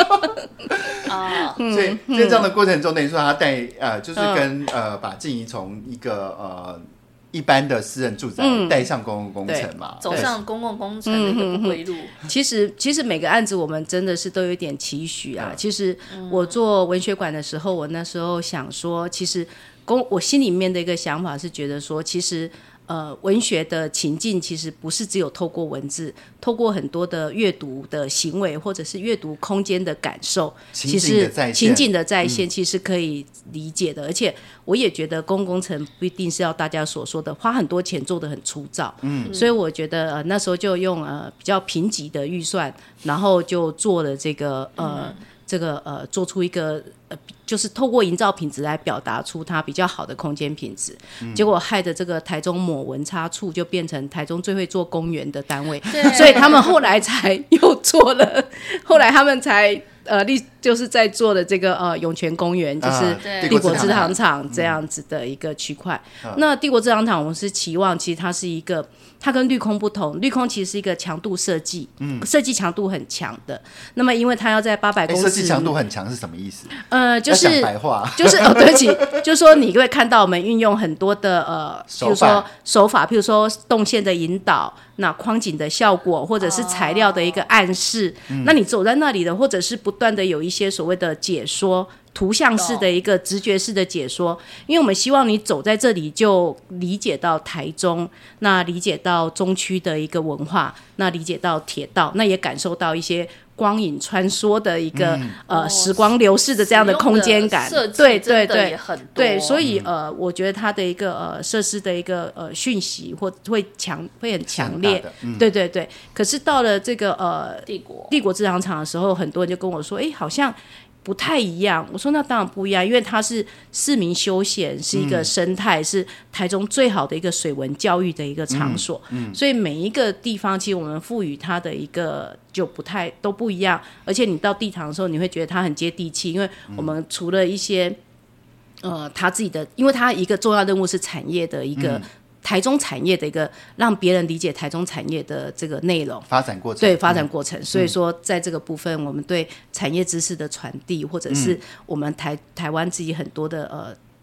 所以在这样的过程中，等于说他就是跟把静怡从一个一般的私人住宅带上公共工程嘛， 走上公共工程的一个不归路。 其实每个案子我们真的是都有一点期许啊。其实我做文学馆的时候，我那时候想说，其实我心里面的一个想法是觉得说，其实文学的情境其实不是只有透过文字，透过很多的阅读的行为，或者是阅读空间的感受，其实情景的再现其实可以理解的。而且我也觉得公共工程不一定是要大家所说的花很多钱做得很粗糙，所以我觉得那时候就用比较贫瘠的预算，然后就做了这个做出一个就是透过营造品质来表达出它比较好的空间品质，结果害得这个台中某文差处就变成台中最会做公园的单位，所以他们后来才又做了，后来他们才就是在做的这个涌泉公园，就是帝国制糖厂这样子的一个区块。那帝国制糖厂我们是期望，其实它是一个，它跟绿空不同，绿空其实是一个强度设计，设计强度很强的。那么因为它要在800公尺， 设计强度很强是什么意思？ 就是白话， 就是对不起，就是说你会看到我们运用很多的比如说手法，譬如说动线的引导，那框景的效果，或者是材料的一个暗示，那你走在那里的，或者是不断的有一些所谓的解说。图像式的一个直觉式的解说，因为我们希望你走在这里就理解到台中，那理解到中区的一个文化，那理解到铁道，那也感受到一些光影穿梭的一个时光流逝的这样的空间感。对对对对，所以我觉得它的一个设施的一个讯息会很强烈。对对对，可是到了这个帝国制糖厂的时候，很多人就跟我说，好像不太一样。我说那当然不一样，因为它是市民休闲，是一个生态，是台中最好的一个水文教育的一个场所，所以每一个地方其实我们赋予它的一个就都不一样。而且你到地堂的时候，你会觉得它很接地气，因为我们除了一些他自己的，因为他一个重要任务是产业的一个台中产业的一个让别人理解台中产业的这个内容发展过程， 对发展过程，所以说在这个部分，我们对产业知识的传递，或者是我们台湾自己很多的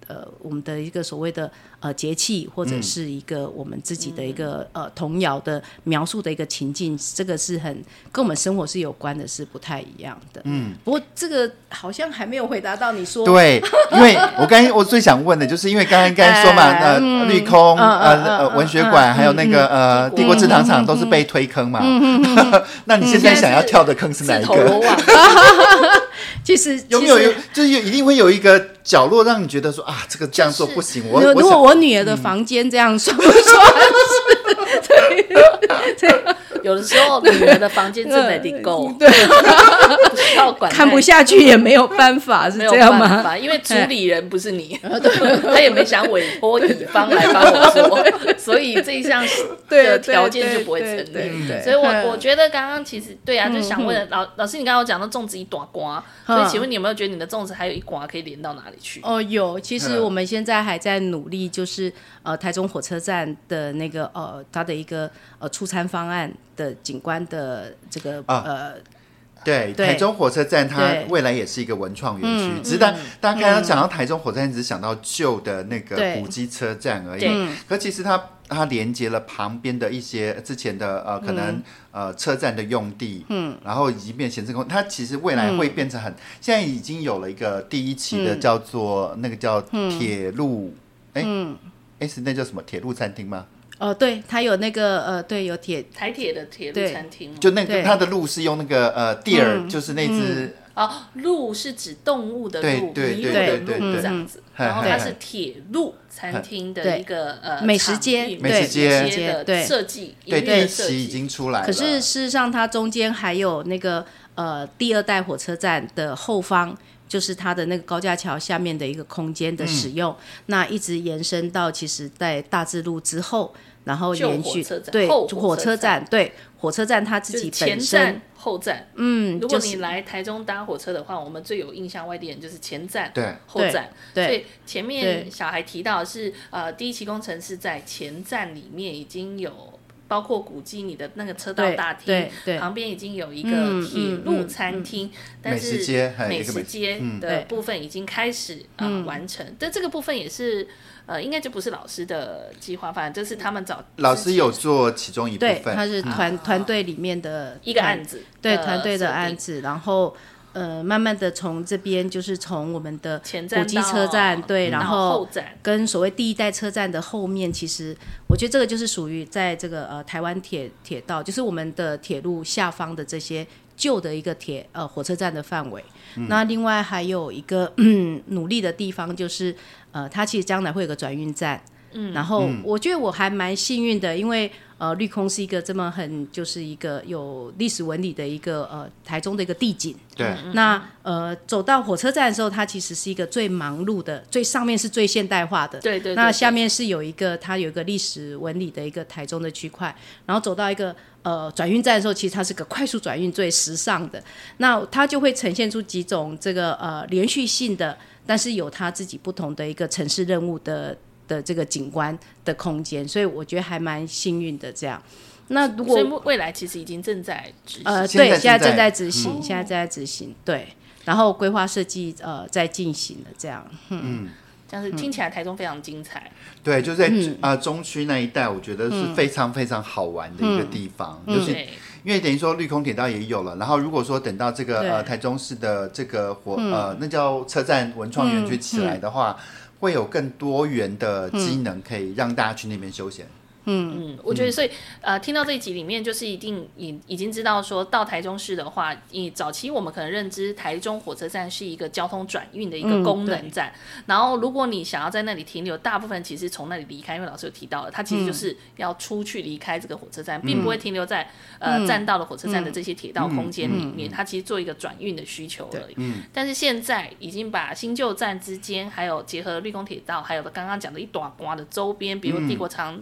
我们的一个所谓的节气，或者是一个我们自己的一个童谣的描述的一个情境，这个是很跟我们生活是有关的，是不太一样的。不过这个好像还没有回答到你说。 对，因为我最想问的就是，因为刚才说嘛，绿空文学馆还有那个帝国制糖厂都是被推坑嘛。那你现在想要跳的坑是哪一个？ 其实有没有就是一定会有一个角落让你觉得说啊，这个这样做不行。 如果我女儿的房间这样算不算是？ 对，有的时候女儿的房间真的得够， 对， 不需要管， 看不下去也没有办法，是这样吗？ 因为主理人不是你，他也没想委托乙方来帮我做，所以这一项的条件就不会成立。所以我觉得刚刚其实对啊，就想问老师，你刚刚有讲到粽子一大瓜，所以请问你有没有觉得你的粽子还有一瓜可以连到哪里去？ 有，其实我们现在还在努力，就是台中火车站的那个它的一个出餐方案的景观的这个对，台中火车站它未来也是一个文创园区，只是大家刚刚讲到台中火车站，只是想到旧的那个古迹车站而已。可其实它连接了旁边的一些之前的可能车站的用地，然后已经变闲置空，它其实未来会变成现在已经有了一个第一期的叫做那个叫铁路，是那叫什么铁路餐厅吗？ 对，它有那个对，有台铁的铁路餐厅， 就那个它的路是用那个deer，就是那只鹿是指动物的鹿， 对这样子，然后它是铁路餐厅的一个美食街的设计， 对，第一期已经出来了。 可是事实上，它中间还有那个第二代火车站的后方。就是它的那个高架桥下面的一个空间的使用，那一直延伸到其实在大智路之后，然后延续对火车站，对火车站它自己本身前站后站，如果你来台中搭火车的话，我们最有印象外地人就是前站对后站，所以前面小孩提到的是第一期工程是在前站里面已经有。包括古迹，你的那个车道大厅旁边已经有一个铁路餐厅，但是美食街的部分已经开始完成。但这个部分也是应该就不是老师的计划，反正这是他们找老师有做其中一部分， 对，他是团队里面的一个案子， 对团队的案子，然后。慢慢的从这边就是从我们的古迹车站，对，然后跟所谓第一代车站的后面，其实我觉得这个就是属于在这个台湾铁道，就是我们的铁路下方的这些旧的一个火车站的范围。那另外还有一个努力的地方就是它其实将来会有个转运站。然后我觉得我还蛮幸运的，因为绿空是一个这么就是一个有历史纹理的一个台中的一个地景。 对。 那走到火车站的时候，它其实是一个最忙碌的，最上面是最现代化的。 对。 那下面是它有一个历史纹理的一个台中的区块，然后走到一个转运站的时候，其实它是个快速转运最时尚的，那它就会呈现出几种这个连续性的，但是有它自己不同的一个城市任务的这个景观的空间，所以我觉得还蛮幸运的这样。那如果所以未来其实已经正在执行， 对，现在正在执行，现在正在执行，对。然后规划设计在进行了这样， 这样子听起来台中非常精彩。 对，就在中区那一带，我觉得是非常非常好玩的一个地方，就是因为等于说绿空铁道也有了，然后如果说等到这个台中市的这个那叫车站文创园区起来的话。会有更多元的机能可以让大家去那边休闲。 我觉得所以听到这一集里面，就是已经知道说到台中市的话，早期我们可能认知台中火车站是一个交通转运的一个功能站，然后如果你想要在那里停留，大部分其实从那里离开，因为老师有提到了，它其实就是要出去离开这个火车站，并不会停留在站到了火车站的这些铁道空间里面，它其实做一个转运的需求而已。但是现在已经把新旧站之间，还有结合绿空铁道，还有刚刚讲的一大瓜的周边，比如帝国糖厂。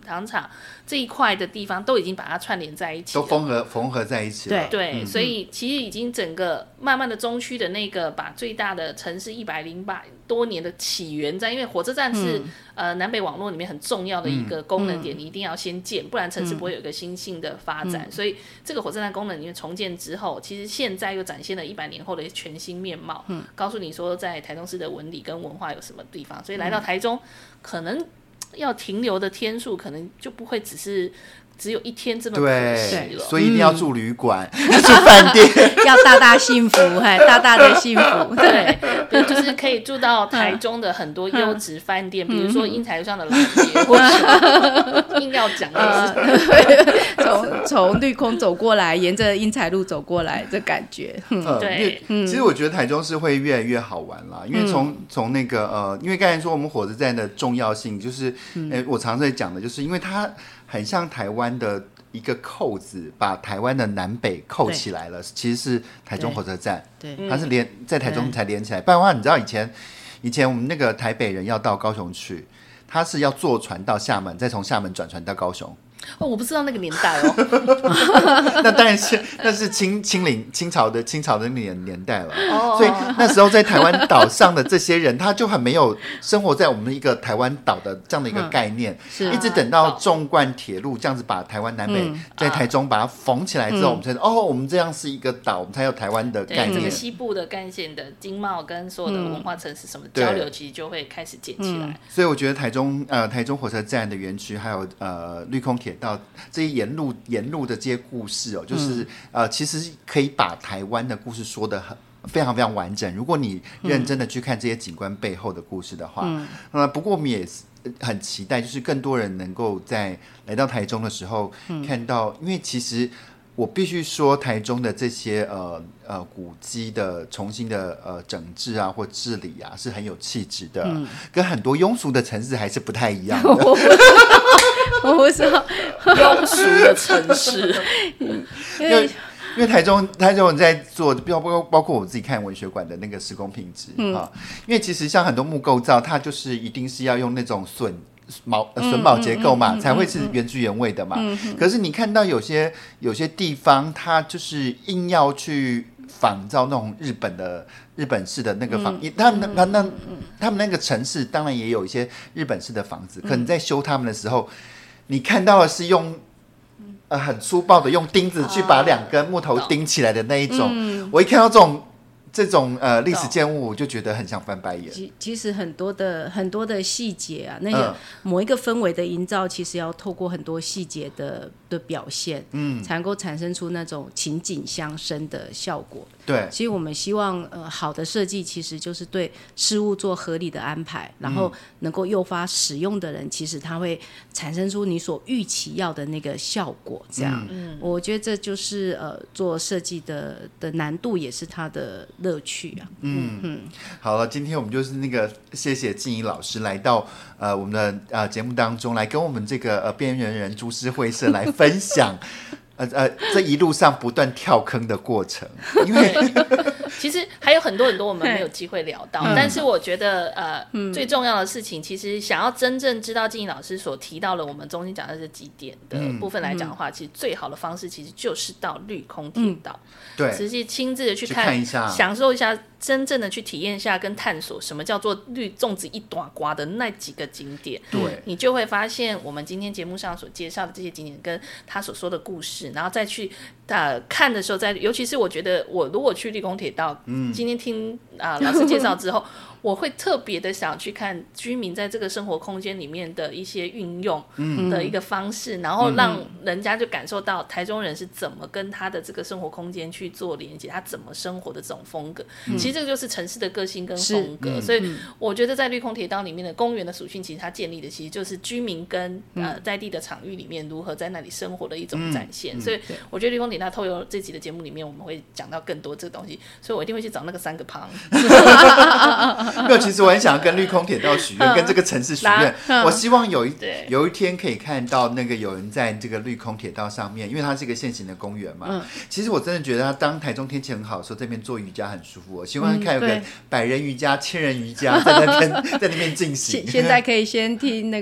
这一块的地方都已经把它串联在一起了， 都缝合在一起了。 对，所以其实已经整个慢慢的中区的那个把最大的城市108多年的起源在，因为火车站是南北网络里面很重要的一个功能点，你一定要先建，不然城市不会有一个新兴的发展。所以这个火车站功能里面重建之后，其实现在又展现了100年后的全新面貌，告诉你说在台中市的文理跟文化有什么地方。所以来到台中，可能要停留的天数可能就不会只有1天这么可惜了， 所以一定要住旅馆、住饭店， 要大大幸福，大大的幸福。 对，就是可以住到台中的很多优质饭店，比如说因材路上的老爷，或者硬要讲的是从绿空走过来，沿着因材路走过来，这感觉。 对， 其实我觉得台中市会越来越好玩啦，因为从那个因为刚才说我们火车站的重要性，就是我常在讲的，就是因为它很像台湾的一个扣子，把台湾的南北扣起来了，其实是台中火车站，它是在台中才连起来。不然的话，你知道以前我们那个台北人要到高雄去，他是要坐船到厦门，再从厦门转船到高雄。 我不知道那个年代那当然是那是清朝的那个年代了。所以那时候在台湾岛上的这些人，他就很没有生活在我们一个台湾岛的这样的一个概念，一直等到纵贯铁路这样子把台湾南北在台中把它缝起来之后，我们才我们这样是一个岛，我们才有台湾的概念。 整个西部的干线的经贸跟所有的文化城市什么交流，其实就会开始建起来。 所以我觉得台中火车站的园区，还有绿空铁到这些沿路的这些故事就是其实可以把台湾的故事说得非常非常完整。如果你认真的去看这些景观背后的故事的话，不过我们也很期待，就是更多人能够在来到台中的时候看到，因为其实我必须说，台中的这些古迹的重新的整治啊或治理啊是很有气质的，跟很多庸俗的城市还是不太一样的。 我不知道庸俗的城市， 因为台中人在做，包括我自己看文学馆的那个施工品质因为其实像很多木构造，它就是一定是要用那种榫卯结构嘛，才会是原汁原味的嘛。可是你看到有些地方，它就是硬要去仿造那种日本式的那个房，他们那个城市当然也有一些日本式的房子，可你在修他们的时候，你看到的是用很粗暴的用钉子去把2根木头钉起来的那一种。我一看到这种历史建物，我就觉得很想翻白眼。 其实很多的细节啊，那个某一个氛围的营造，其实要透过很多细节的表现，才能够产生出那种情景相生的效果。 对， 其实我们希望好的设计其实就是对事物做合理的安排，然后能够诱发使用的人，其实它会产生出你所预期要的那个效果。这样，我觉得这就是做设计的难度，也是它的乐趣啊。 好了，今天我们就是那个谢谢静怡老师来到我们的节目当中，来跟我们这个边缘人株式会社来分享这一路上不断跳坑的过程。因为其实还有很多我们没有机会聊到，但是我觉得最重要的事情，其实想要真正知道静怡老师所提到了我们中心讲的这几点的部分来讲的话，其实最好的方式其实就是到绿空铁道，对，实际亲自的去看一下，享受一下，真正的去体验一下跟探索什么叫做绿粽子一大瓜的那几个景点，对，你就会发现我们今天节目上所介绍的这些景点跟他所说的故事，然后再去看的时候，尤其是我觉得我如果去绿空铁道，今天听老师介绍之后我会特别的想去看居民在这个生活空间里面的一些运用的一个方式，然后让人家就感受到台中人是怎么跟他的这个生活空间去做连接，他怎么生活的这种风格，其实这个就是城市的个性跟风格。所以我觉得在绿空铁道里面的公园的属性，其实它建立的其实就是居民跟在地的场域里面如何在那里生活的一种展现。所以我觉得绿空铁道透过这集的节目里面，我们会讲到更多这个东西，所以我一定会去找那个3个旁没有，其实我很想要跟绿空铁道许愿，跟这个城市许愿。我希望有一天可以看到那个有人在这个绿空铁道上面，因为它是一个现行的公园嘛。其实我真的觉得，当台中天气很好的时候，这边做瑜伽很舒服。我希望看有个100人瑜伽、1000人瑜伽在那边进行。 现在可以先听那个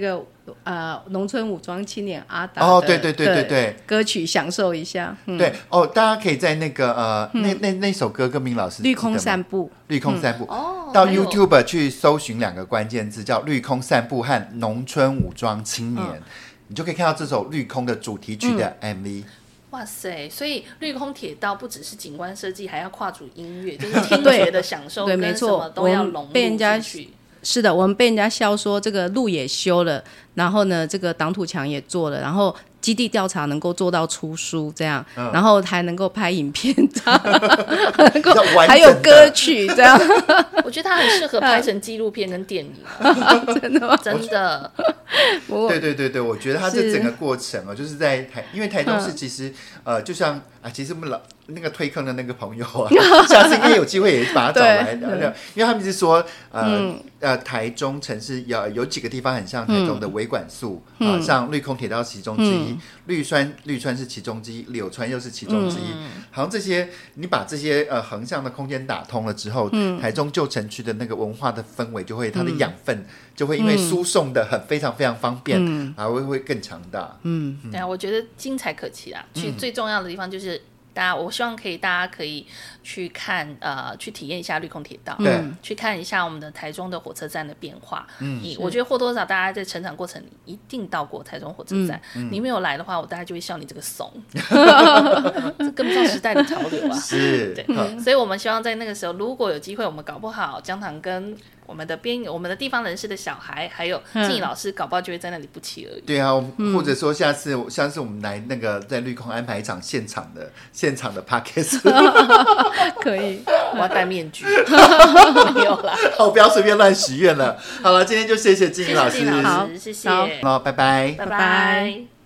农村武装青年阿达的对歌曲享受一下。 对大家可以在那个那首歌跟明老师绿空散步， 绿空散步到 YouTube 去搜寻2个关键字，叫绿空散步和农村武装青年，你就可以看到这首绿空的主题曲的 MV。 哇塞！所以绿空铁道不只是景观设计，还要跨足音乐，就是听觉的享受跟什么都要融入进去。 是的，我们被人家笑说这个路也修了，然后呢，这个挡土墙也做了，然后基地调查能够做到出书这样，然后还能够拍影片这样，还有歌曲这样。 我觉得它很适合拍成纪录片跟电影。 真的吗？ 真的。 对，我觉得它这整个过程就是在因为台中市其实就像其实我们那个推坑的那个朋友下次应该有机会也把他找来聊聊，因为他们是说台中城市有几个地方很像台中的微管束像绿空铁道其中之一，绿川是其中之一，柳川又是其中之一，好像这些你把这些横向的空间打通了之后，台中旧城区的那个文化的氛围就会它的养分就会因为输送的非常非常方便，还会更强大。 对啊，我觉得精彩可期啦。其实最重要的地方就是我希望大家可以去看去体验一下绿空铁道，去看一下我们的台中的火车站的变化。我觉得或多或少大家在成长过程里一定到过台中火车站，你没有来的话，我大概就会笑你这个怂，这跟不上时代的潮流啊。 是， 对，所以我们希望在那个时候，如果有机会，我们搞不好姜糖跟我们的地方人士的小孩，还有静怡老师，搞不好就会在那里不期而遇。 对啊，或者说下次我们来那个在绿空安排一场现场的 podcast 可以， 我要戴面具。没有啦， 不要随便乱许愿了。好了，今天就谢谢静怡老师， 谢谢， 好，拜拜， 拜拜。